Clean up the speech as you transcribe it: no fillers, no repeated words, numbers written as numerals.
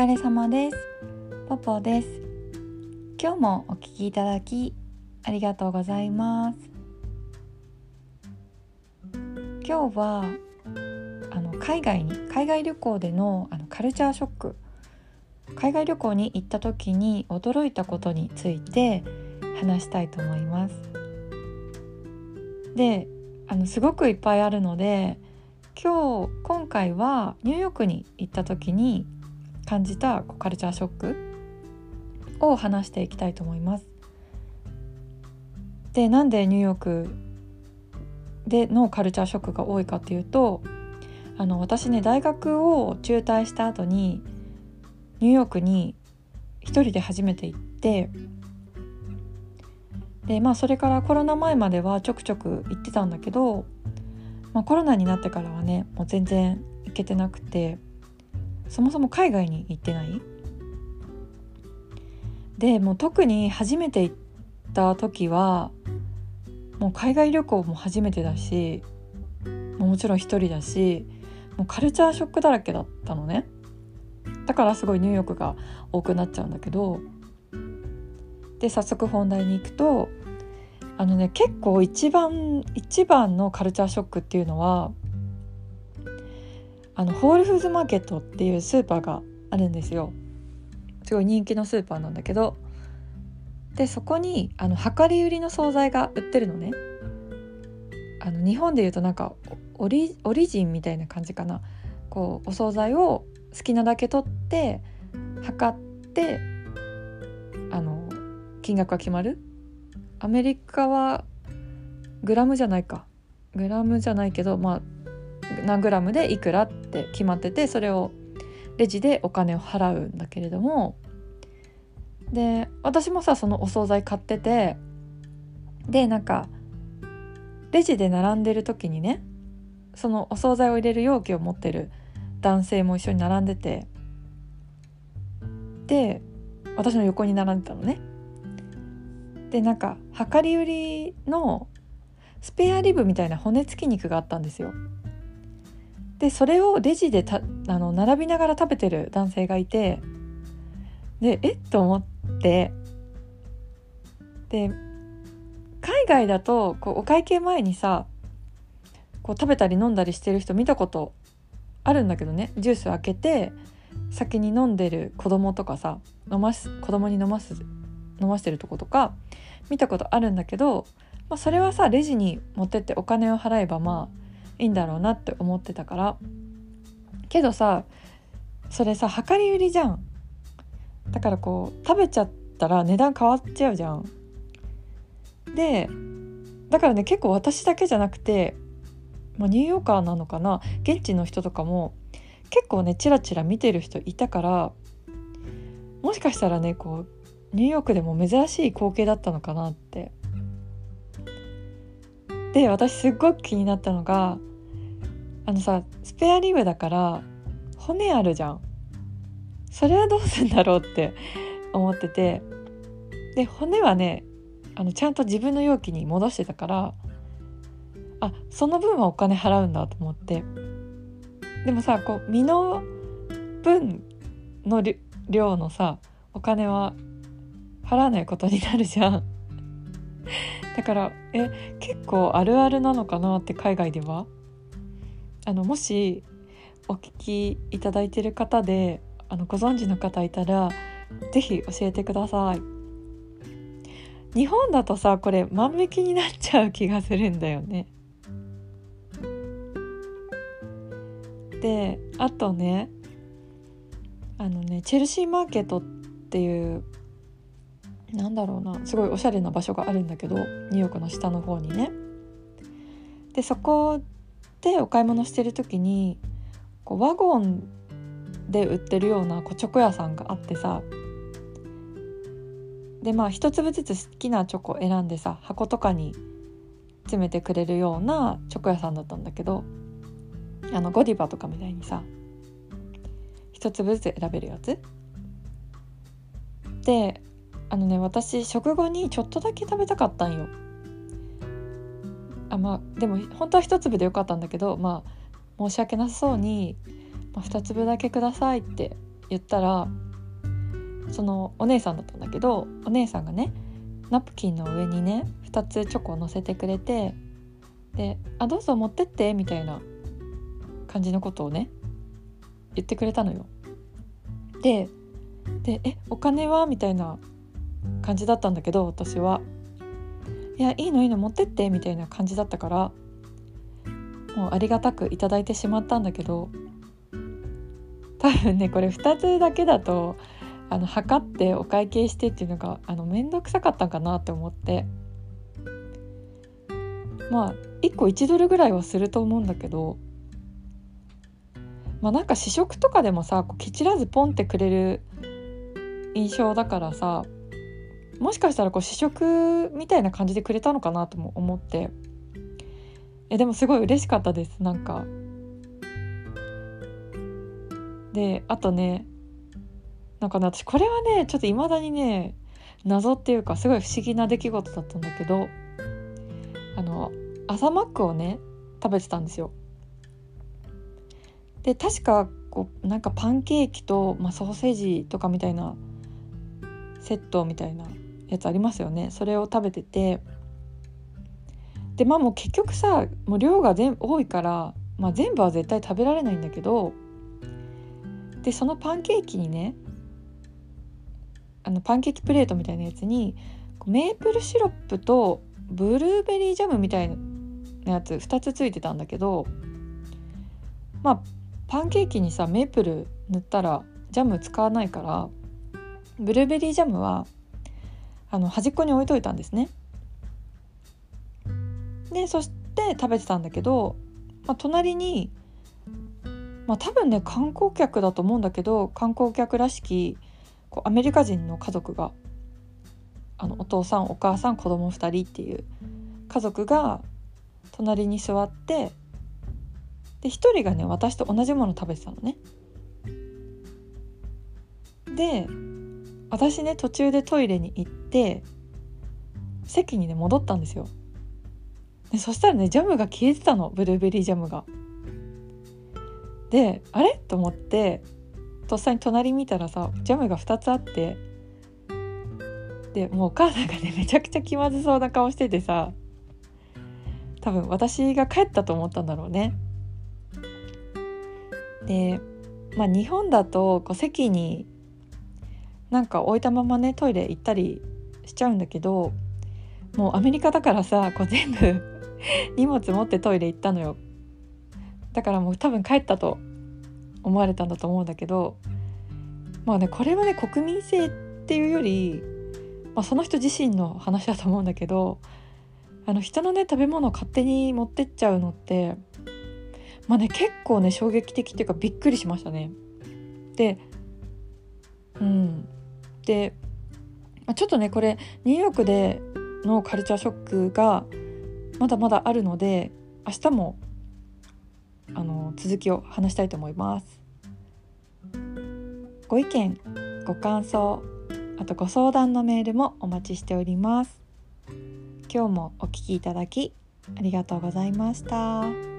れ様です。ポポです。今日もお聞きいただきありがとうございます。今日は海外旅行でのカルチャーショック、海外旅行に行った時に驚いたことについて話したいと思います。ですごくいっぱいあるので、今回はニューヨークに行った時に感じたカルチャーショックを話していきたいと思います。で、なんでニューヨークでのカルチャーショックが多いかっていうと、私ね、大学を中退した後にニューヨークに一人で初めて行って、でそれからコロナ前まではちょくちょく行ってたんだけど、コロナになってからはね、もう全然行けてなくて、そもそも海外に行ってない。でもう特に初めて行った時はもう海外旅行も初めてだし、もちろん一人だし、もうカルチャーショックだらけだったのね。だからすごいニューヨークが多くなっちゃうんだけど、で早速本題に行くと、結構一番のカルチャーショックっていうのは、ホールフーズマーケットっていうスーパーがあるんですよ。すごい人気のスーパーなんだけど、でそこに量り売りの惣菜が売ってるのね。日本でいうとなんかオリジンみたいな感じかな。お惣菜を好きなだけ取って測って金額が決まる。アメリカはグラムじゃないけど、何グラムでいくらって決まってて、それをレジでお金を払うんだけれども、で私もさ、そのお惣菜買ってて、でなんかレジで並んでる時にね、そのお惣菜を入れる容器を持ってる男性も一緒に並んでて、で私の横に並んでたのね。でなんか量り売りのスペアリブみたいな骨付き肉があったんですよ。でそれをレジで並びながら食べてる男性がいて、でと思って、で海外だとお会計前にさ、食べたり飲んだりしてる人見たことあるんだけどね。ジュース開けて先に飲んでる子供とかさ、子供に飲ましてるとことか見たことあるんだけど、それはさレジに持ってってお金を払えばいいんだろうなって思ってたから。けどさ、それさ量り売りじゃん。だから食べちゃったら値段変わっちゃうじゃん。でだからね、結構私だけじゃなくて、ニューヨーカーなのかな、現地の人とかも結構ねチラチラ見てる人いたから、もしかしたらねニューヨークでも珍しい光景だったのかなって。で私すっごく気になったのが、スペアリブだから骨あるじゃん。それはどうするんだろうって思ってて、で骨はねちゃんと自分の容器に戻してたから、その分はお金払うんだと思って。でもさ身の分の量のさお金は払わないことになるじゃん。だから結構あるあるなのかなって、海外では。もしお聞きいただいている方でご存知の方いたらぜひ教えてください。日本だとさこれ万引きになっちゃう気がするんだよね。であとねチェルシーマーケットっていうすごいおしゃれな場所があるんだけど、ニューヨークの下の方にね。でそこでお買い物してる時にワゴンで売ってるようなチョコ屋さんがあってさ、で一粒ずつ好きなチョコを選んでさ、箱とかに詰めてくれるようなチョコ屋さんだったんだけど、ゴディバとかみたいにさ一粒ずつ選べるやつで、私食後にちょっとだけ食べたかったんよ。でも本当は一粒でよかったんだけど、申し訳なさそうに、2粒だけくださいって言ったら、そのお姉さんだったんだけど、お姉さんがねナプキンの上にね2つチョコを乗せてくれて、でどうぞ持ってってみたいな感じのことをね言ってくれたのよ。でお金はみたいな感じだったんだけど、私はいやいいの持ってってみたいな感じだったから、もうありがたくいただいてしまったんだけど、多分ねこれ2つだけだと測ってお会計してっていうのがめんどくさかったんかなって思って、まあ1個1ドルぐらいはすると思うんだけど、なんか試食とかでもさケチらずポンってくれる印象だからさ、もしかしたら試食みたいな感じでくれたのかなとも思って、でもすごい嬉しかったです。なんかで、あとねなんかね、私これはねちょっと未だにね謎っていうかすごい不思議な出来事だったんだけど、朝マックをね食べてたんですよ。で確かなんかパンケーキと、ソーセージとかみたいなセットみたいなやつありますよね。それを食べてて、でもう結局さもう量が多いから、全部は絶対食べられないんだけど、でそのパンケーキにねパンケーキプレートみたいなやつにメープルシロップとブルーベリージャムみたいなやつ2つついてたんだけど、パンケーキにさメープル塗ったらジャム使わないから、ブルーベリージャムは端っこに置いといたんですね。でそして食べてたんだけど、隣に、多分ね観光客だと思うんだけど、観光客らしきアメリカ人の家族がお父さんお母さん子供2人っていう家族が隣に座って、で1人がね私と同じもの食べてたのね。で私ね途中でトイレに行って席にね戻ったんですよ。でそしたらねジャムが消えてたの、ブルーベリージャムが。であれと思ってとっさに隣見たらさジャムが2つあって、でもうお母さんがねめちゃくちゃ気まずそうな顔しててさ、多分私が帰ったと思ったんだろうね。で日本だと席になんか置いたままねトイレ行ったりしちゃうんだけど、もうアメリカだからさ全部荷物持ってトイレ行ったのよ。だからもう多分帰ったと思われたんだと思うんだけど、これはね国民性っていうより、その人自身の話だと思うんだけど、人のね食べ物を勝手に持ってっちゃうのって結構ね衝撃的っていうかびっくりしましたね。でちょっとねこれニューヨークでのカルチャーショックがまだまだあるので、明日も続きを話したいと思います。ご意見ご感想、あとご相談のメールもお待ちしております。今日もお聞きいただきありがとうございました。